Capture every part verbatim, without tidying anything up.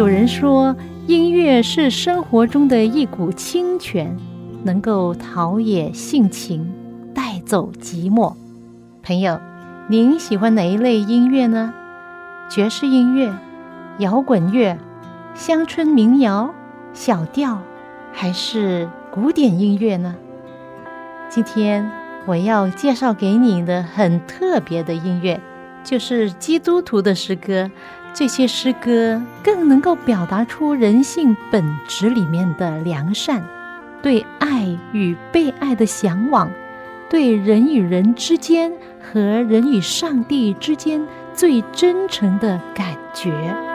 有人说，音乐是生活中的一股清泉，能够陶冶性情，带走寂寞。朋友，您喜欢哪一类音乐呢？爵士音乐、摇滚乐、乡村民谣、小调，还是古典音乐呢？今天我要介绍给你的很特别的音乐，就是基督徒的诗歌。这些诗歌更能够表达出人性本质里面的良善，对爱与被爱的向往，对人与人之间和人与上帝之间最真诚的感觉。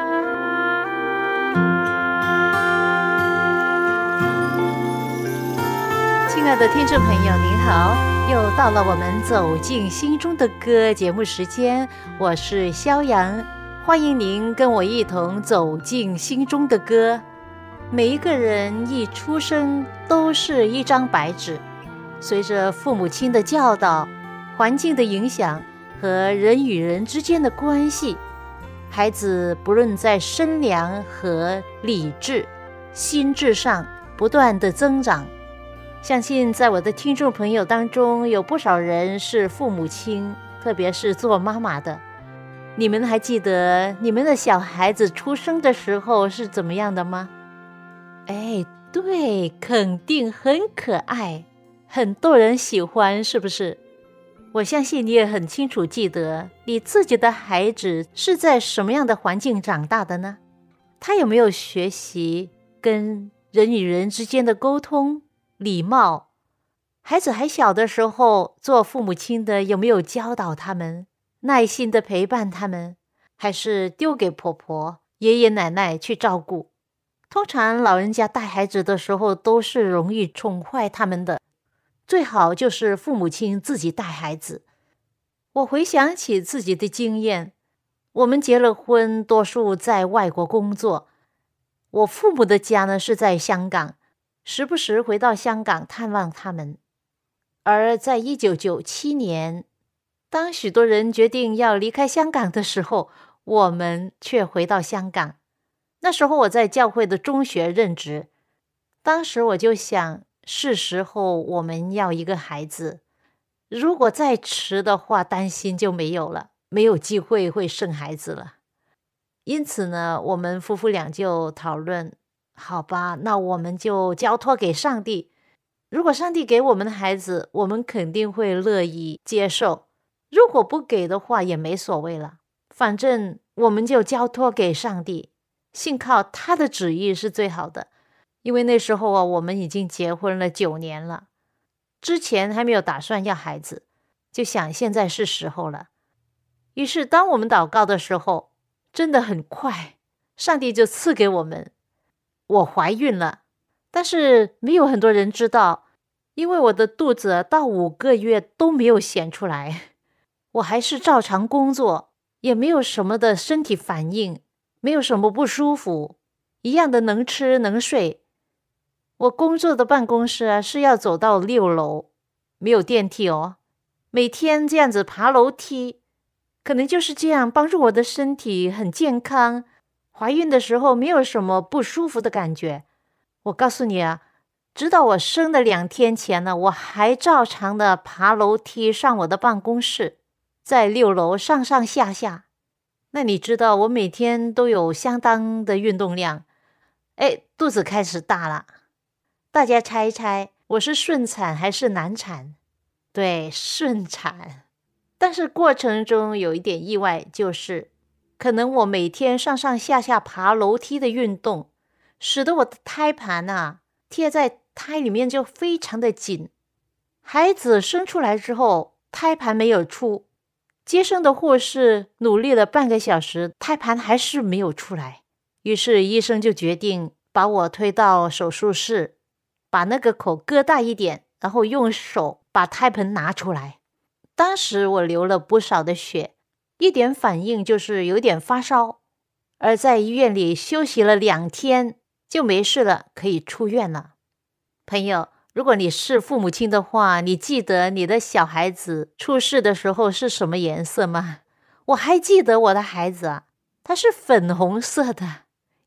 亲爱的听众朋友您好，又到了我们走进心中的歌节目时间，我是萧阳，欢迎您跟我一同走进心中的歌。每一个人一出生都是一张白纸，随着父母亲的教导、环境的影响和人与人之间的关系，孩子不论在身量和理智、心智上不断的增长。相信在我的听众朋友当中，有不少人是父母亲，特别是做妈妈的。你们还记得你们的小孩子出生的时候是怎么样的吗？哎，对，肯定很可爱，很多人喜欢，是不是？我相信你也很清楚记得你自己的孩子是在什么样的环境长大的呢？他有没有学习跟人与人之间的沟通、礼貌？孩子还小的时候，做父母亲的有没有教导他们，耐心的陪伴他们，还是丢给婆婆、爷爷奶奶去照顾？通常老人家带孩子的时候都是容易宠坏他们的，最好就是父母亲自己带孩子。我回想起自己的经验，我们结了婚，多数在外国工作。我父母的家呢是在香港，时不时回到香港探望他们。而在一九九七年，当许多人决定要离开香港的时候，我们却回到香港。那时候我在教会的中学任职，当时我就想，是时候我们要一个孩子，如果再迟的话，担心就没有了，没有机会会生孩子了。因此呢，我们夫妇俩就讨论，好吧，那我们就交托给上帝。如果上帝给我们的孩子，我们肯定会乐意接受，如果不给的话也没所谓了，反正我们就交托给上帝，信靠他的旨意是最好的。因为那时候啊，我们已经结婚了九年了，之前还没有打算要孩子，就想现在是时候了。于是当我们祷告的时候，真的很快，上帝就赐给我们，我怀孕了。但是没有很多人知道，因为我的肚子到五个月都没有显出来，我还是照常工作，也没有什么的身体反应，没有什么不舒服，一样的能吃能睡。我工作的办公室啊是要走到六楼，没有电梯哦，每天这样子爬楼梯，可能就是这样帮助我的身体很健康，怀孕的时候没有什么不舒服的感觉。我告诉你啊，直到我生的两天前呢，我还照常的爬楼梯上我的办公室，在六楼上上下下。那你知道我每天都有相当的运动量，哎，肚子开始大了。大家猜一猜，我是顺产还是难产？对，顺产。但是过程中有一点意外，就是可能我每天上上下下爬楼梯的运动，使得我的胎盘啊贴在胎里面就非常的紧。孩子生出来之后，胎盘没有出，接生的护士努力了半个小时，胎盘还是没有出来。于是医生就决定把我推到手术室，把那个口割大一点，然后用手把胎盘拿出来。当时我流了不少的血，一点反应就是有点发烧，而在医院里休息了两天就没事了，可以出院了。朋友，如果你是父母亲的话，你记得你的小孩子出世的时候是什么颜色吗？我还记得我的孩子啊，他是粉红色的，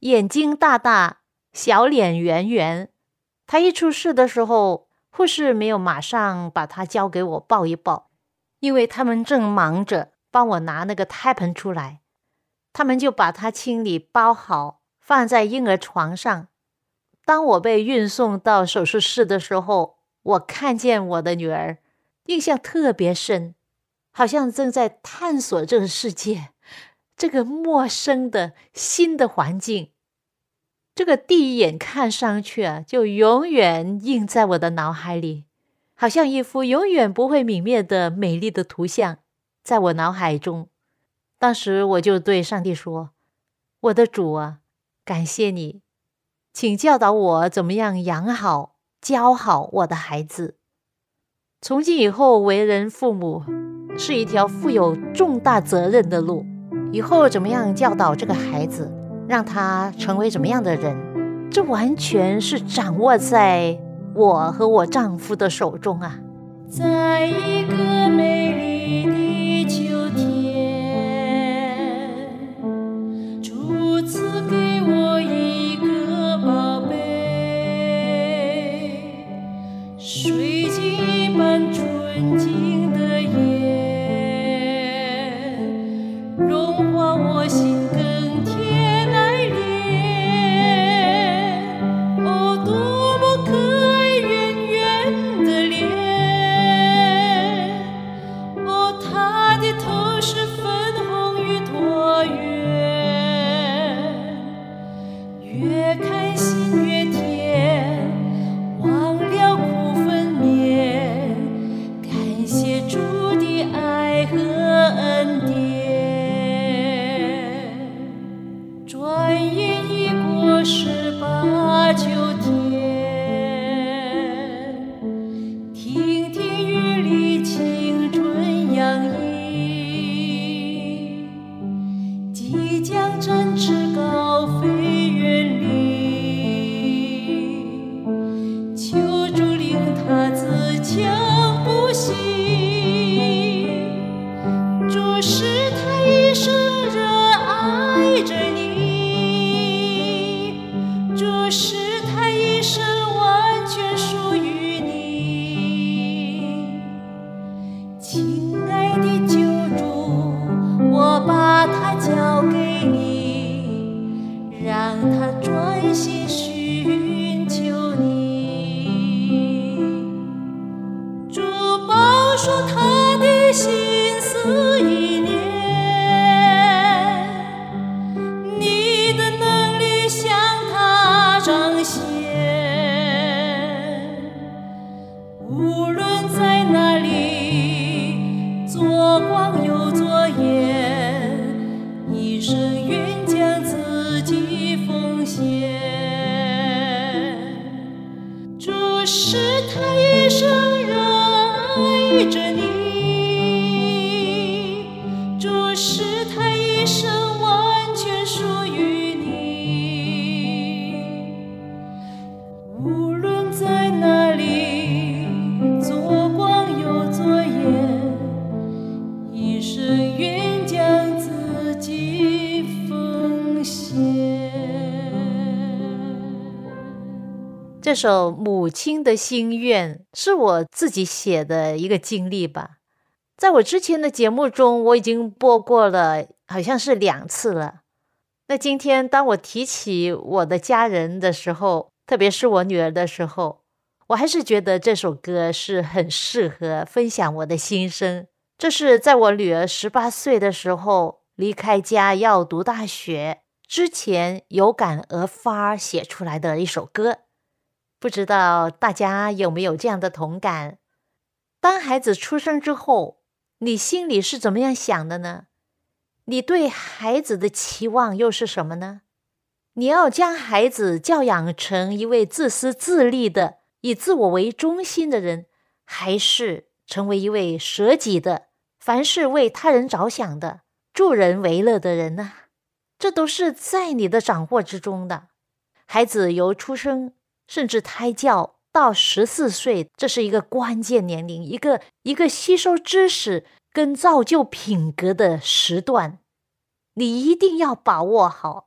眼睛大大，小脸圆圆。他一出事的时候，护士没有马上把他交给我抱一抱，因为他们正忙着帮我拿那个胎盆出来，他们就把他清理包好，放在婴儿床上。当我被运送到手术室的时候，我看见我的女儿，印象特别深，好像正在探索这个世界，这个陌生的新的环境。这个第一眼看上去啊，就永远印在我的脑海里，好像一幅永远不会泯灭的美丽的图像，在我脑海中。当时我就对上帝说，我的主啊，感谢你，请教导我怎么样养好、教好我的孩子。从今以后，为人父母是一条负有重大责任的路，以后怎么样教导这个孩子，让他成为怎么样的人，这完全是掌握在我和我丈夫的手中啊。 在一个美丽的秋天，主赐给我一个宝贝，水晶一般纯净的眼，融化我心更添爱恋。哦，多么可爱圆圆的脸，哦，她的头是粉红与椭圆，越看心越甜，忘了苦分娩，感谢主的爱和恩典。转眼已过十八秋天，亭亭玉立，青春洋溢，即将展翅高飞远离，求主令他自强不息，主使他一生热爱着你，主使他一生完全属于你。亲爱的救主，我把他交给你，让他专心寻求你。主保守他的心思意念，你的能力向他彰显。无论在哪里，左光右左眼，一生愿将自己奉献。主使他一生热爱着你，主使他一生完全属于你。无论在哪里，左光右左眼，一生愿将自己奉献。 这首《母亲的心愿》是我自己写的一个经历吧。在我之前的节目中，我已经播过了，好像是两次了。那今天当我提起我的家人的时候，特别是我女儿的时候，我还是觉得这首歌是很适合分享我的心声。这是在我女儿十八岁的时候，离开家要读大学之前，有感而发写出来的一首歌。不知道大家有没有这样的同感？当孩子出生之后，你心里是怎么样想的呢？你对孩子的期望又是什么呢？你要将孩子教养成一位自私自利的、以自我为中心的人，还是成为一位舍己的、凡事为他人着想的、助人为乐的人呢？这都是在你的掌握之中的。孩子由出生甚至胎教到十四岁，这是一个关键年龄，一个一个吸收知识跟造就品格的时段，你一定要把握好。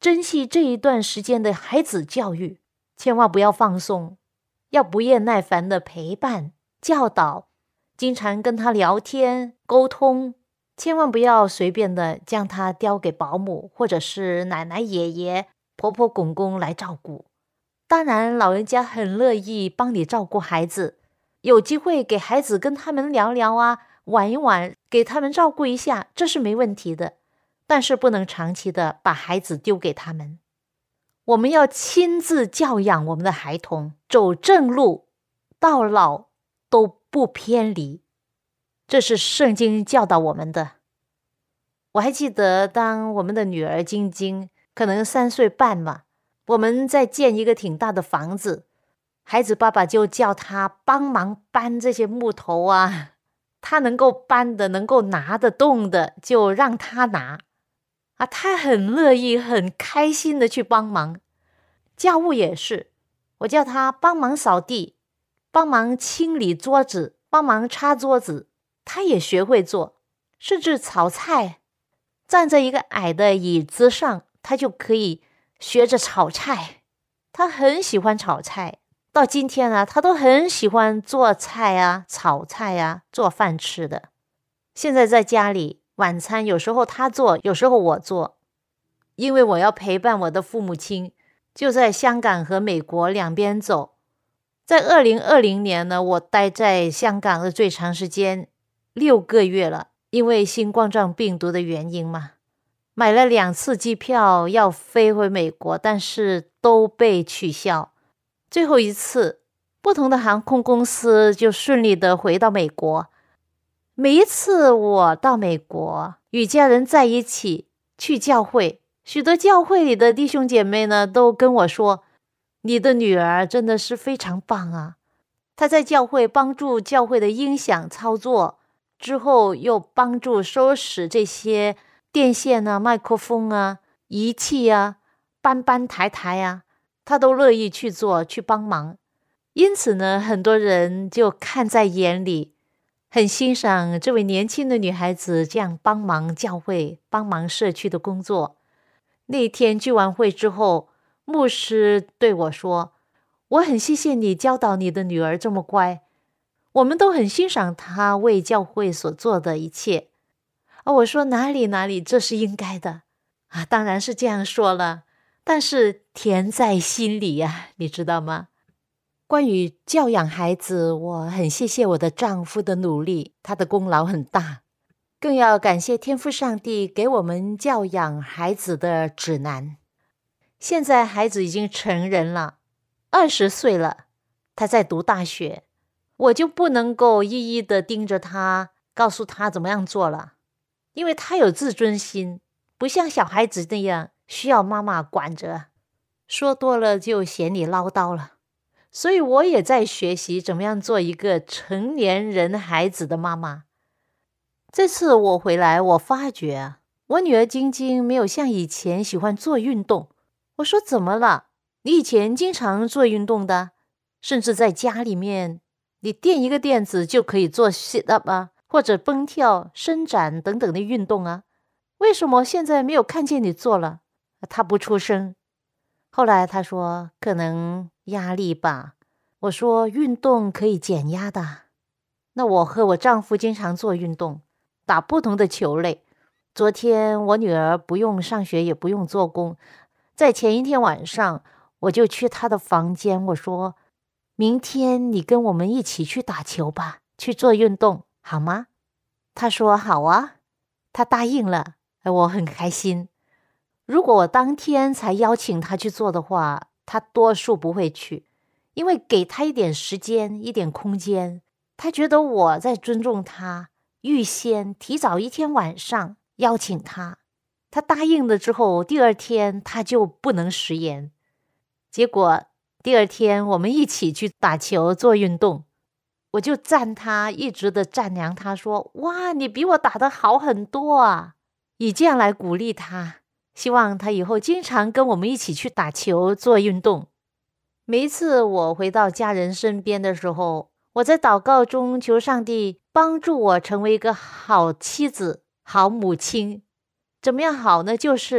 珍惜这一段时间的孩子教育，千万不要放松，要不厌耐烦的陪伴、教导，经常跟他聊天、沟通，千万不要随便的将他交给保姆或者是奶奶、爷爷、婆婆、公公来照顾。当然，老人家很乐意帮你照顾孩子，有机会给孩子跟他们聊聊啊，玩一玩，给他们照顾一下，这是没问题的。但是不能长期的把孩子丢给他们，我们要亲自教养我们的孩童，走正路，到老都不偏离。这是圣经教导我们的。我还记得当我们的女儿晶晶可能三岁半嘛，我们在建一个挺大的房子，孩子爸爸就叫他帮忙搬这些木头啊，他能够搬的能够拿得动的就让他拿啊，他很乐意很开心的去帮忙。家务也是，我叫他帮忙扫地，帮忙清理桌子，帮忙擦桌子，他也学会做。甚至炒菜，站在一个矮的椅子上，他就可以学着炒菜。他很喜欢炒菜，到今天啊，他都很喜欢做菜啊，炒菜啊，做饭吃的。现在在家里晚餐有时候他做，有时候我做，因为我要陪伴我的父母亲，就在香港和美国两边走。在二零二零年呢，我待在香港的最长时间六个月了，因为新冠状病毒的原因嘛，买了两次机票要飞回美国，但是都被取消。最后一次，不同的航空公司就顺利的回到美国。每一次我到美国，与家人在一起去教会，许多教会里的弟兄姐妹呢，都跟我说，你的女儿真的是非常棒啊！她在教会帮助教会的音响操作，之后又帮助收拾这些电线啊、麦克风啊、仪器啊、搬搬抬抬啊，她都乐意去做，去帮忙。因此呢，很多人就看在眼里，很欣赏这位年轻的女孩子这样帮忙教会、帮忙社区的工作。那天聚完会之后，牧师对我说，我很谢谢你教导你的女儿这么乖，我们都很欣赏她为教会所做的一切。啊，我说哪里哪里，这是应该的啊，当然是这样说了，但是甜在心里呀，你知道吗？关于教养孩子，我很谢谢我的丈夫的努力，他的功劳很大，更要感谢天父上帝给我们教养孩子的指南。现在孩子已经成人了，二十岁了，他在读大学，我就不能够一一的盯着他，告诉他怎么样做了，因为他有自尊心，不像小孩子那样需要妈妈管着，说多了就嫌你唠叨了。所以我也在学习怎么样做一个成年人孩子的妈妈。这次我回来，我发觉啊，我女儿晶晶没有像以前喜欢做运动。我说怎么了？你以前经常做运动的，甚至在家里面，你垫一个垫子就可以做 sit up 啊，或者蹦跳、伸展等等的运动啊。为什么现在没有看见你做了？她不出声。后来她说可能压力吧。我说运动可以减压的。那我和我丈夫经常做运动，打不同的球类。昨天我女儿不用上学也不用做工，在前一天晚上我就去她的房间，我说明天你跟我们一起去打球吧，去做运动好吗？她说好啊，她答应了，我很开心。如果我当天才邀请她去做的话，她多数不会去，因为给她一点时间，一点空间，她觉得我在尊重她，预先提早一天晚上邀请她。她答应了之后，第二天她就不能食言。结果第二天我们一起去打球做运动，我就赞她，一直的赞扬她说，哇，你比我打得好很多啊，以这样来鼓励她，希望她以后经常跟我们一起去打球做运动。每一次我回到家人身边的时候，我在祷告中求上帝帮助我成为一个好妻子、好母亲。怎么样好呢？就是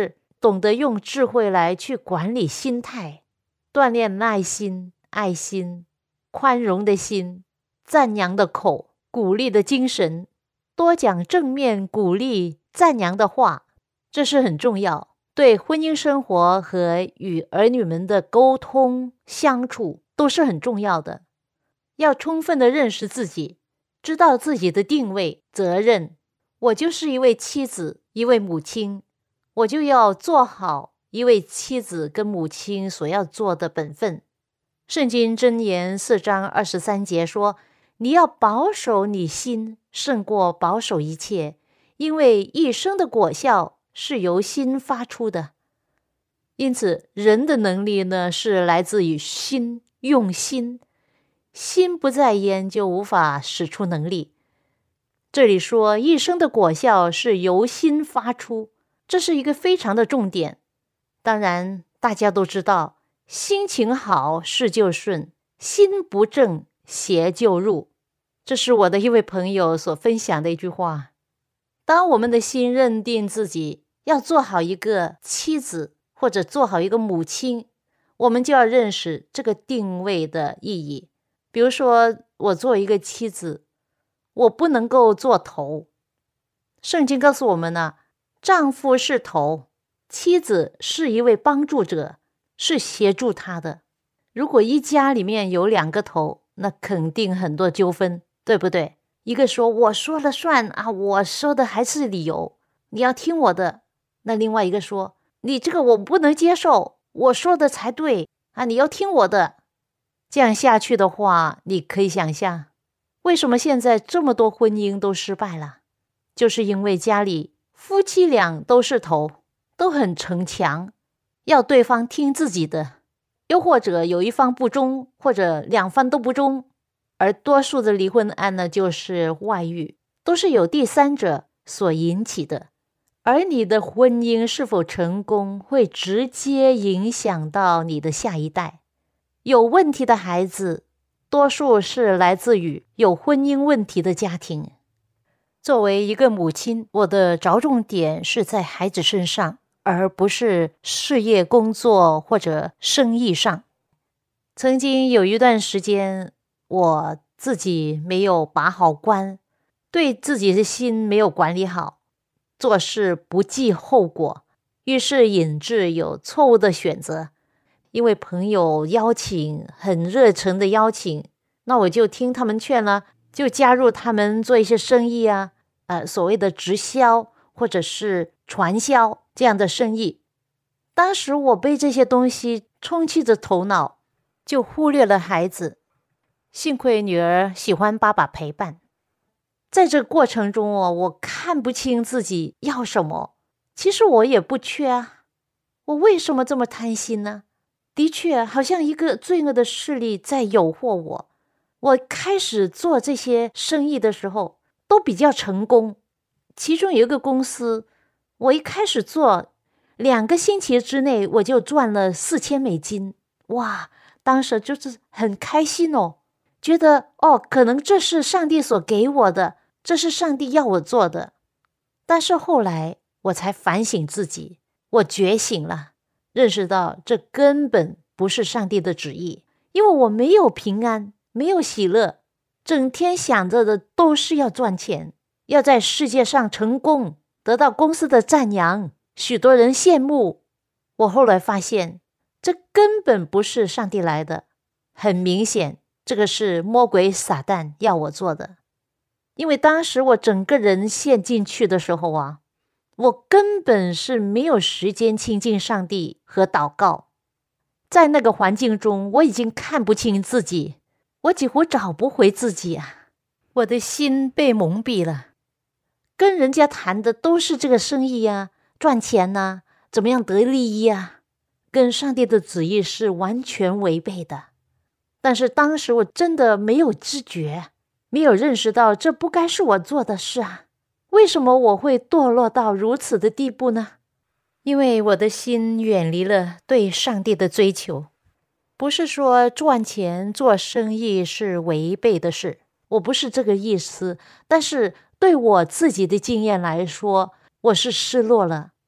懂得用智慧来去管理心态，锻炼耐心、爱心、宽容的心，赞扬的口，鼓励的精神，多讲正面鼓励赞扬的话，这是很重要，对婚姻生活和与儿女们的沟通相处都是很重要的。要充分的认识自己，知道自己的定位、责任。我就是一位妻子，一位母亲，我就要做好一位妻子跟母亲所要做的本分。圣经箴言四章二十三节说，你要保守你心，胜过保守一切，因为一生的果效是由心发出的。因此，人的能力呢，是来自于心，用心。心不在焉，就无法使出能力。这里说一生的果效是由心发出，这是一个非常的重点。当然大家都知道，心情好事就顺，心不正邪就入，这是我的一位朋友所分享的一句话。当我们的心认定自己要做好一个妻子，或者做好一个母亲，我们就要认识这个定位的意义。比如说我做一个妻子，我不能够做头。圣经告诉我们呢，丈夫是头，妻子是一位帮助者，是协助他的。如果一家里面有两个头，那肯定很多纠纷，对不对？一个说我说了算啊，我说的还是理由，你要听我的。那另外一个说，你这个我不能接受，我说的才对啊，你要听我的。这样下去的话，你可以想象为什么现在这么多婚姻都失败了，就是因为家里夫妻俩都是头，都很逞强，要对方听自己的，又或者有一方不忠，或者两方都不忠。而多数的离婚案呢，就是外遇，都是有第三者所引起的。而你的婚姻是否成功，会直接影响到你的下一代。有问题的孩子，多数是来自于有婚姻问题的家庭。作为一个母亲，我的着重点是在孩子身上，而不是事业工作或者生意上。曾经有一段时间，我自己没有把好关，对自己的心没有管理好，做事不计后果，于是引致有错误的选择。因为朋友邀请，很热诚的邀请，那我就听他们劝了，就加入他们做一些生意啊，呃，所谓的直销或者是传销这样的生意。当时我被这些东西充斥着头脑，就忽略了孩子。幸亏女儿喜欢爸爸陪伴。在这个过程中哦，我看不清自己要什么。其实我也不缺啊，我为什么这么贪心呢？的确，好像一个罪恶的势力在诱惑我。我开始做这些生意的时候，都比较成功。其中有一个公司，我一开始做，两个星期之内我就赚了四千美金。哇，当时就是很开心哦，觉得哦，可能这是上帝所给我的，这是上帝要我做的。但是后来我才反省自己，我觉醒了，认识到这根本不是上帝的旨意，因为我没有平安，没有喜乐，整天想着的都是要赚钱，要在世界上成功，得到公司的赞扬，许多人羡慕。我后来发现，这根本不是上帝来的，很明显，这个是魔鬼撒旦要我做的。因为当时我整个人陷进去的时候啊，我根本是没有时间亲近上帝和祷告。在那个环境中，我已经看不清自己，我几乎找不回自己啊！我的心被蒙蔽了，跟人家谈的都是这个生意啊，赚钱啊，怎么样得利益啊，跟上帝的旨意是完全违背的。但是当时我真的没有知觉，没有认识到这不该是我做的事啊。为什么我会堕落到如此的地步呢？因为我的心远离了对上帝的追求。不是说赚钱做生意是违背的事，我不是这个意思，但是对我自己的经验来说，我是失落了，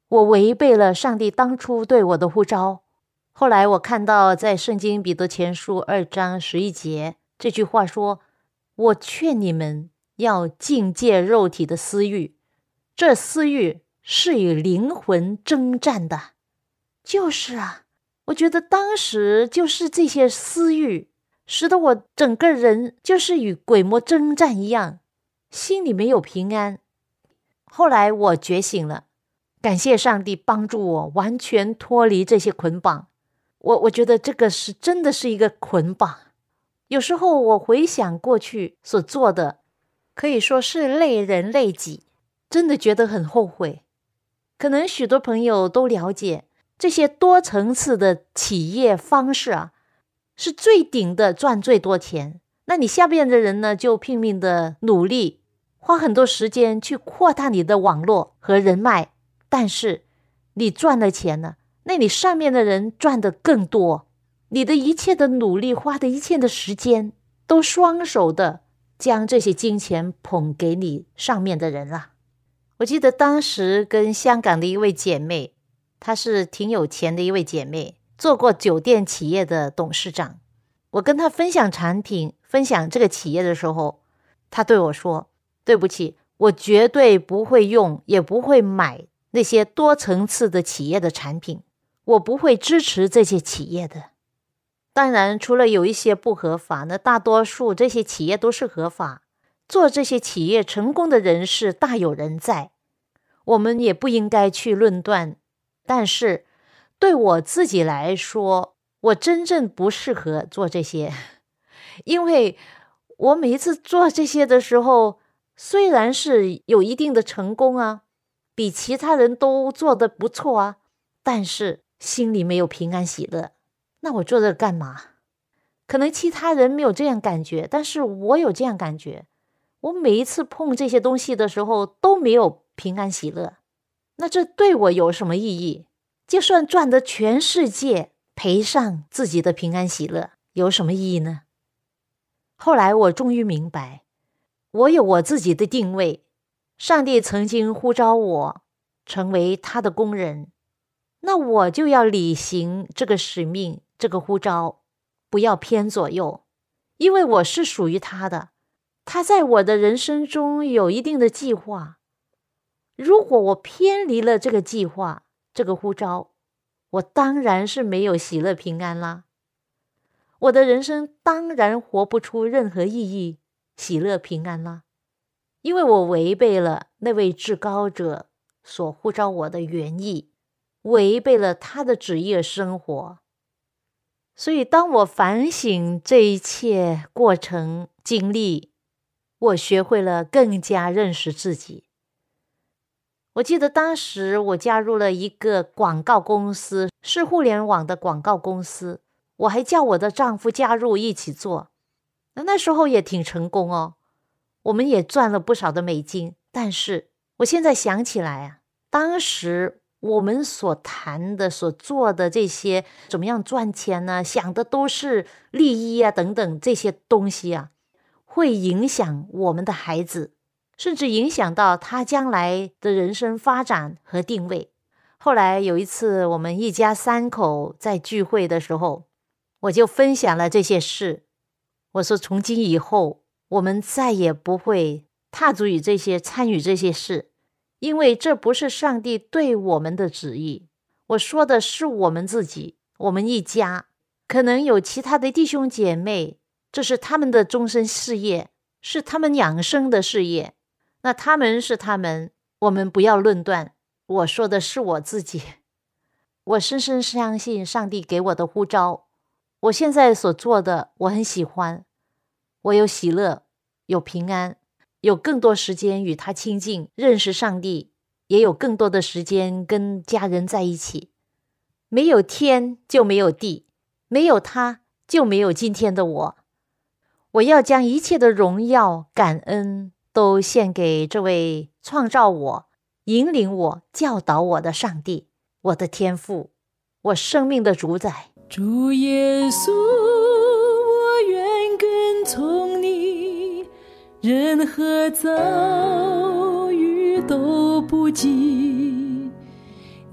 我违背了上帝当初对我的呼召。后来我看到在圣经彼得前书二章十一节这句话说，我劝你们要禁戒肉体的私欲，这私欲是与灵魂征战的。就是啊，我觉得当时就是这些私欲使得我整个人就是与鬼魔征战一样，心里没有平安。后来我觉醒了，感谢上帝帮助我完全脱离这些捆绑。我我觉得这个是真的是一个捆绑。有时候我回想过去所做的，可以说是累人累己，真的觉得很后悔。可能许多朋友都了解，这些多层次的企业方式啊，是最顶的赚最多钱。那你下面的人呢，就拼命的努力，花很多时间去扩大你的网络和人脉，但是你赚了钱呢，那你上面的人赚的更多，你的一切的努力，花的一切的时间，都双手的将这些金钱捧给你上面的人了。我记得当时跟香港的一位姐妹，她是挺有钱的一位姐妹，做过酒店企业的董事长。我跟她分享产品，分享这个企业的时候，她对我说，对不起，我绝对不会用，也不会买那些多层次的企业的产品，我不会支持这些企业的。当然除了有一些不合法，那大多数这些企业都是合法，做这些企业成功的人士大有人在，我们也不应该去论断。但是对我自己来说，我真正不适合做这些，因为我每一次做这些的时候，虽然是有一定的成功啊，比其他人都做得不错啊，但是心里没有平安喜乐。那我做这干嘛？可能其他人没有这样感觉，但是我有这样感觉。我每一次碰这些东西的时候都没有平安喜乐，那这对我有什么意义？就算赚得全世界，赔上自己的平安喜乐，有什么意义呢？后来我终于明白，我有我自己的定位，上帝曾经呼召我成为他的工人，那我就要履行这个使命，这个呼召，不要偏左右，因为我是属于他的，他在我的人生中有一定的计划。如果我偏离了这个计划，这个呼召，我当然是没有喜乐平安啦。我的人生当然活不出任何意义、喜乐平安啦，因为我违背了那位至高者所呼召我的原意，违背了他的旨意而生活。所以当我反省这一切过程经历，我学会了更加认识自己。我记得当时我加入了一个广告公司，是互联网的广告公司，我还叫我的丈夫加入一起做。那那时候也挺成功哦，我们也赚了不少的美金。但是我现在想起来啊，当时我们所谈的所做的这些怎么样赚钱呢，想的都是利益啊等等这些东西啊，会影响我们的孩子，甚至影响到他将来的人生发展和定位。后来有一次我们一家三口在聚会的时候，我就分享了这些事。我说从今以后我们再也不会踏足于这些参与这些事，因为这不是上帝对我们的旨意。我说的是我们自己，我们一家，可能有其他的弟兄姐妹，这是他们的终身事业，是他们养生的事业，那他们是他们，我们不要论断。我说的是我自己，我深深相信上帝给我的呼召，我现在所做的我很喜欢，我有喜乐，有平安，有更多时间与他亲近，认识上帝，也有更多的时间跟家人在一起。没有天就没有地，没有他就没有今天的我。我要将一切的荣耀感恩都献给这位创造我、引领我、教导我的上帝，我的天父，我生命的主宰。 主耶稣，我愿跟从你，任何遭遇都不及，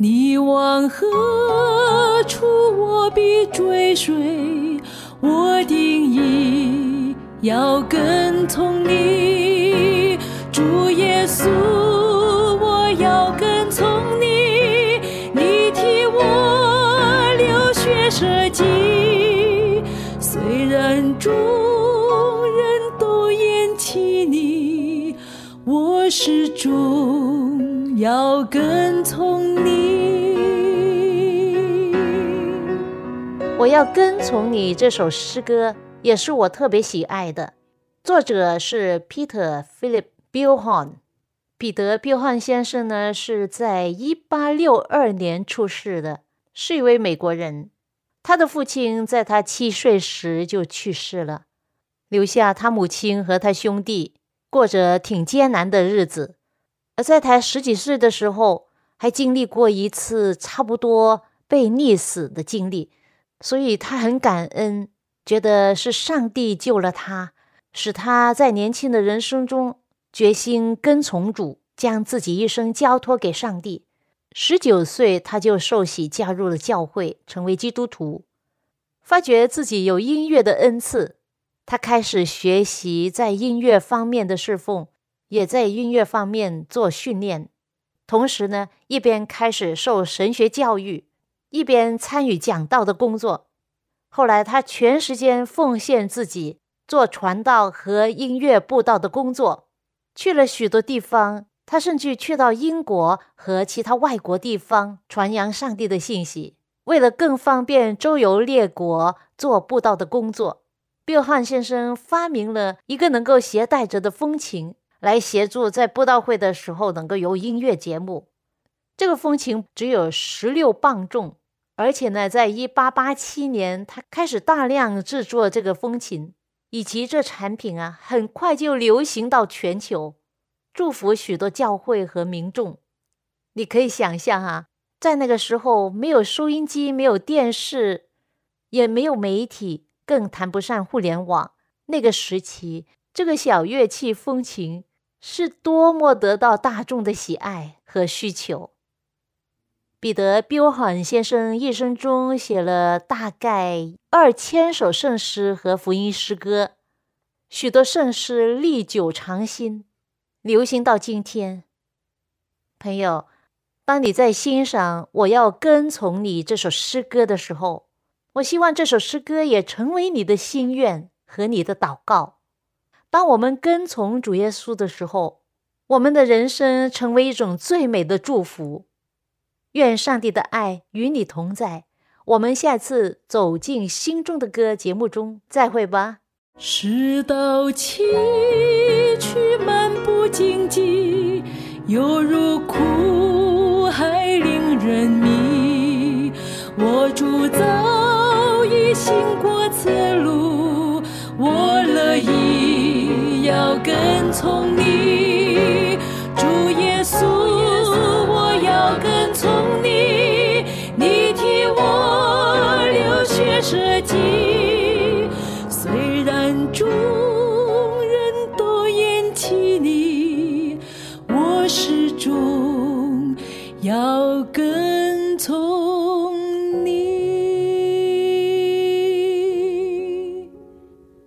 你往何处，我必追随，我定义要跟从你。主耶稣，我要跟从你，你替我流血舍己。虽然众人都厌弃你，我始终要跟从你。 我要跟从你这首诗歌也是我特别喜爱的，作者是 Peter Philip Bilhon。 彼得·毕汉先生呢，是在一八六二年出世的，是一位美国人。他的父亲在他七岁时就去世了，留下他母亲和他兄弟过着挺艰难的日子。而在他十几岁的时候，还经历过一次差不多被溺死的经历，所以他很感恩，觉得是上帝救了他，使他在年轻的人生中决心跟从主，将自己一生交托给上帝。十九岁他就受洗加入了教会，成为基督徒。发觉自己有音乐的恩赐，他开始学习在音乐方面的侍奉，也在音乐方面做训练。同时呢，一边开始受神学教育，一边参与讲道的工作。后来他全时间奉献自己，做传道和音乐布道的工作，去了许多地方。他甚至去到英国和其他外国地方传扬上帝的信息。为了更方便周游列国做布道的工作，比尔汉先生发明了一个能够携带着的风琴，来协助在布道会的时候能够有音乐节目。这个风琴只有十六磅重，而且呢，在一八八七年他开始大量制作这个风琴，以及这产品啊，很快就流行到全球，祝福许多教会和民众。你可以想象啊，在那个时候没有收音机，没有电视，也没有媒体，更谈不上互联网。那个时期，这个小乐器风琴是多么得到大众的喜爱和需求。彼得·比尔汉先生一生中写了大概二千首圣诗和福音诗歌，许多圣诗历久常新，流行到今天。朋友，当你在欣赏我要跟从你这首诗歌的时候，我希望这首诗歌也成为你的心愿和你的祷告。当我们跟从主耶稣的时候，我们的人生成为一种最美的祝福。愿上帝的爱与你同在。我们下次走进心中的歌节目中再会吧。 世道崎岖，漫不经济，犹如苦海，令人迷。我主早已行过此路，我乐意要跟从你。主耶稣，我要跟从你，你替我流血舍己。虽然主